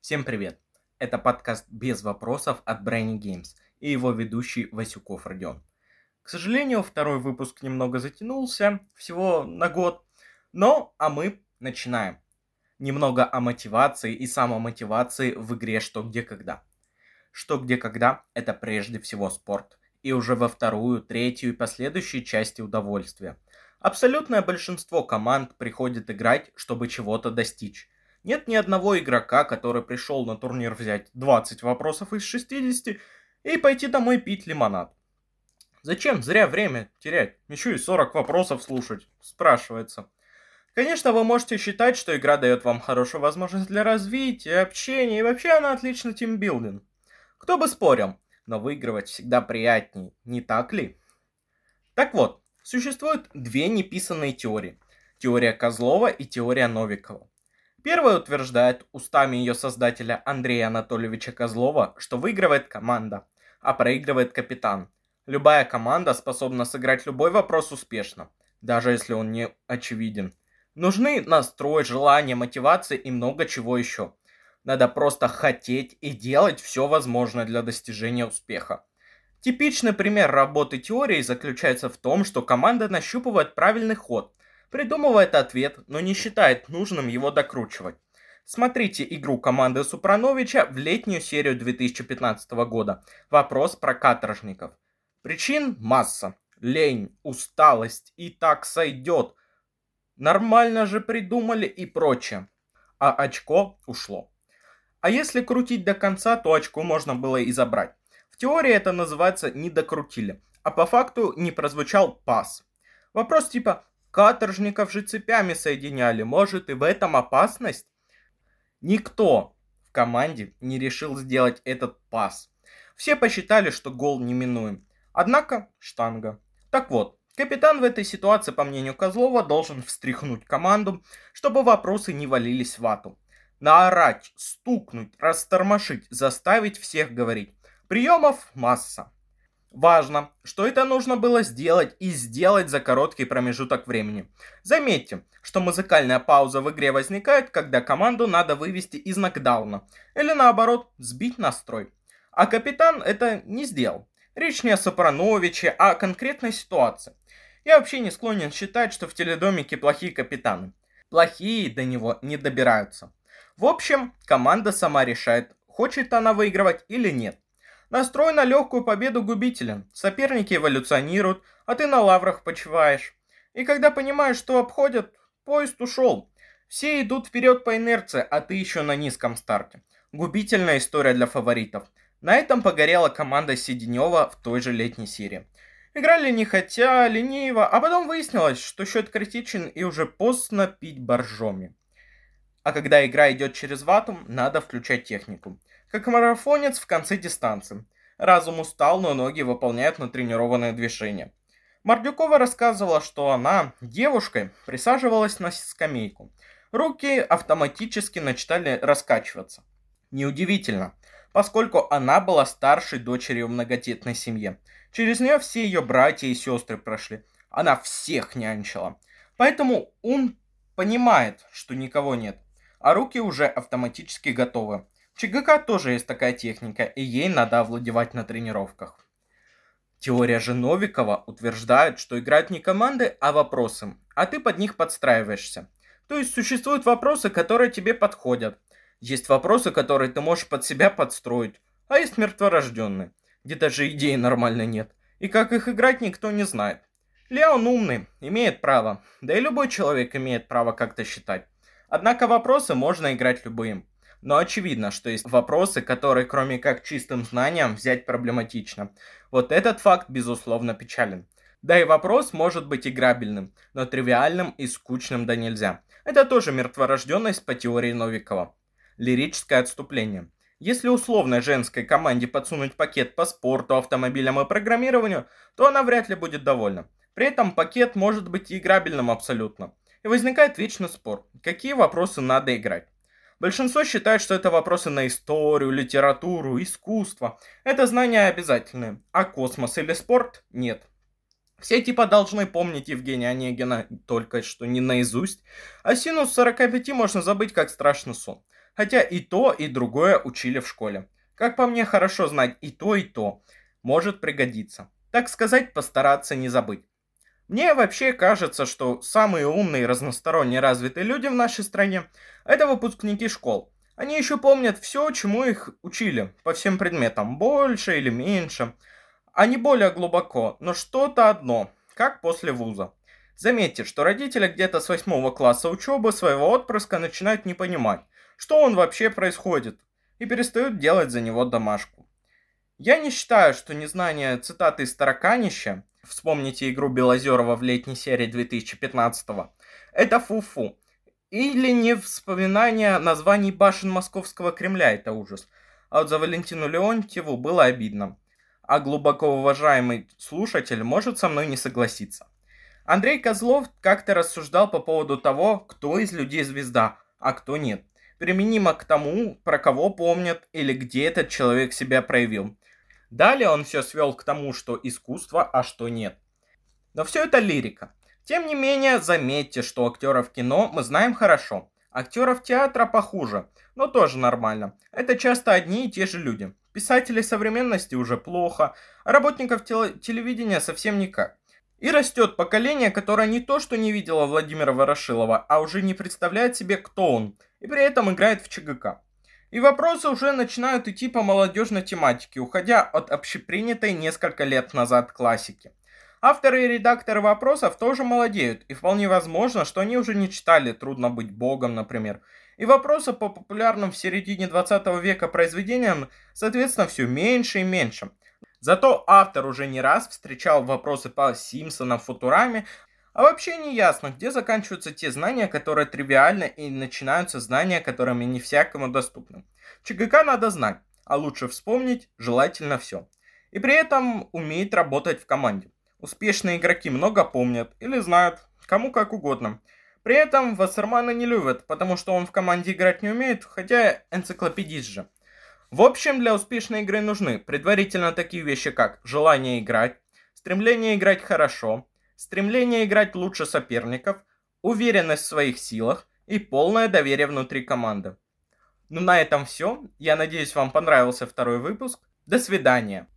Всем привет! Это подкаст «Без вопросов» от Brainy Games и его ведущий Васюков Родион. К сожалению, второй выпуск немного затянулся, всего на год, а мы начинаем. Немного о мотивации и самомотивации в игре «Что, где, когда». «Что, где, когда» — это прежде всего спорт, и уже во вторую, третью и последующие части удовольствия. Абсолютное большинство команд приходит играть, чтобы чего-то достичь. Нет ни одного игрока, который пришел на турнир взять 20 вопросов из 60 и пойти домой пить лимонад. Зачем зря время терять? Еще и 40 вопросов слушать, спрашивается. Конечно, вы можете считать, что игра дает вам хорошую возможность для развития, общения, и вообще она отлично тимбилдинг. Кто бы спорил, но выигрывать всегда приятней, не так ли? Так вот, существует две неписанные теории. Теория Козлова и теория Новикова. Первая утверждает устами ее создателя Андрея Анатольевича Козлова, что выигрывает команда, а проигрывает капитан. Любая команда способна сыграть любой вопрос успешно, даже если он не очевиден. Нужны настрой, желание, мотивация и много чего еще. Надо просто хотеть и делать все возможное для достижения успеха. Типичный пример работы теории заключается в том, что команда нащупывает правильный ход, придумывает ответ, но не считает нужным его докручивать. Смотрите игру команды Супрановича в летнюю серию 2015 года. Вопрос про каторжников. Причин масса. Лень, усталость, и так сойдет. Нормально же придумали и прочее. А очко ушло. А если крутить до конца, то очко можно было и забрать. В теории это называется «не докрутили», а по факту не прозвучал пас. Вопрос типа «каторжников же цепями соединяли, может и в этом опасность?» Никто в команде не решил сделать этот пас. Все посчитали, что гол неминуем. Однако штанга. Так вот, капитан в этой ситуации, по мнению Козлова, должен встряхнуть команду, чтобы вопросы не валились в вату. Наорать, стукнуть, растормошить, заставить всех говорить. Приемов масса. Важно, что это нужно было сделать и сделать за короткий промежуток времени. Заметьте, что музыкальная пауза в игре возникает, когда команду надо вывести из нокдауна, или наоборот, сбить настрой. А капитан это не сделал. Речь не о Сопрановиче, а о конкретной ситуации. Я вообще не склонен считать, что в теледомике плохие капитаны. Плохие до него не добираются. В общем, команда сама решает, хочет она выигрывать или нет. Настрой на легкую победу губителен. Соперники эволюционируют, а ты на лаврах почиваешь. И когда понимаешь, что обходят, поезд ушел. Все идут вперед по инерции, а ты еще на низком старте. Губительная история для фаворитов. На этом погорела команда Седенева в той же летней серии. Играли нехотя, лениво, а потом выяснилось, что счет критичен и уже поздно пить боржоми. А когда игра идет через вату, надо включать технику. Как марафонец в конце дистанции. Разум устал, но ноги выполняют натренированные движения. Мордюкова рассказывала, что она, девушкой, присаживалась на скамейку. Руки автоматически начали раскачиваться. Неудивительно, поскольку она была старшей дочерью в многодетной семье. Через нее все ее братья и сестры прошли. Она всех нянчила. Поэтому ум понимает, что никого нет, а руки уже автоматически готовы. В ЧГК тоже есть такая техника, и ей надо овладевать на тренировках. Теория же Новикова утверждает, что играют не команды, а вопросы, а ты под них подстраиваешься. То есть существуют вопросы, которые тебе подходят. Есть вопросы, которые ты можешь под себя подстроить, а есть мертворожденные, где даже идеи нормально нет. И как их играть никто не знает. Леон умный, имеет право, да и любой человек имеет право как-то считать. Однако вопросы можно играть любым. Но очевидно, что есть вопросы, которые кроме как чистым знанием взять проблематично. Вот этот факт безусловно печален. Да и вопрос может быть играбельным, но тривиальным и скучным да нельзя. Это тоже мертворожденность по теории Новикова. Лирическое отступление. Если условной женской команде подсунуть пакет по спорту, автомобилям и программированию, то она вряд ли будет довольна. При этом пакет может быть и играбельным абсолютно. И возникает вечный спор, какие вопросы надо играть. Большинство считает, что это вопросы на историю, литературу, искусство. Это знания обязательные, а космос или спорт – нет. Все типа должны помнить Евгения Онегина, только что не наизусть, а синус 45 можно забыть как страшный сон. Хотя и то, и другое учили в школе. Как по мне, хорошо знать и то, и то. Может пригодиться. Так сказать, постараться не забыть. Мне вообще кажется, что самые умные и разносторонне развитые люди в нашей стране – это выпускники школ. Они еще помнят все, чему их учили, по всем предметам, больше или меньше. А не более глубоко, но что-то одно, как после вуза. Заметьте, что родители где-то с 8 класса учебы своего отпрыска начинают не понимать, что он вообще происходит, и перестают делать за него домашку. Я не считаю, что незнание цитаты из «Тараканища», вспомните игру Белозерова в летней серии 2015-го, это фу-фу. Или не вспоминание названий башен Московского Кремля, это ужас. А вот за Валентину Леонтьеву было обидно. А глубоко уважаемый слушатель может со мной не согласиться. Андрей Козлов как-то рассуждал по поводу того, кто из людей звезда, а кто нет. Применимо к тому, про кого помнят или где этот человек себя проявил. Далее он все свел к тому, что искусство, а что нет. Но все это лирика. Тем не менее, заметьте, что актеров кино мы знаем хорошо. Актеров театра похуже, но тоже нормально. Это часто одни и те же люди. Писателей современности уже плохо, а работников телевидения совсем никак. И растет поколение, которое не то что не видело Владимира Ворошилова, а уже не представляет себе, кто он, и при этом играет в ЧГК. И вопросы уже начинают идти по молодежной тематике, уходя от общепринятой несколько лет назад классики. Авторы и редакторы вопросов тоже молодеют, и вполне возможно, что они уже не читали «Трудно быть богом», например. И вопросы по популярным в середине 20 века произведениям, соответственно, все меньше и меньше. Зато автор уже не раз встречал вопросы по Симпсонам, Футураме, а вообще не ясно, где заканчиваются те знания, которые тривиальны, и начинаются знания, которыми не всякому доступны. ЧГК надо знать, а лучше вспомнить, желательно все. И при этом уметь работать в команде. Успешные игроки много помнят или знают, кому как угодно. При этом Вассермана не любят, потому что он в команде играть не умеет, хотя энциклопедист же. В общем, для успешной игры нужны предварительно такие вещи, как желание играть, стремление играть хорошо, стремление играть лучше соперников, уверенность в своих силах и полное доверие внутри команды. Ну на этом все. Я надеюсь, вам понравился второй выпуск. До свидания.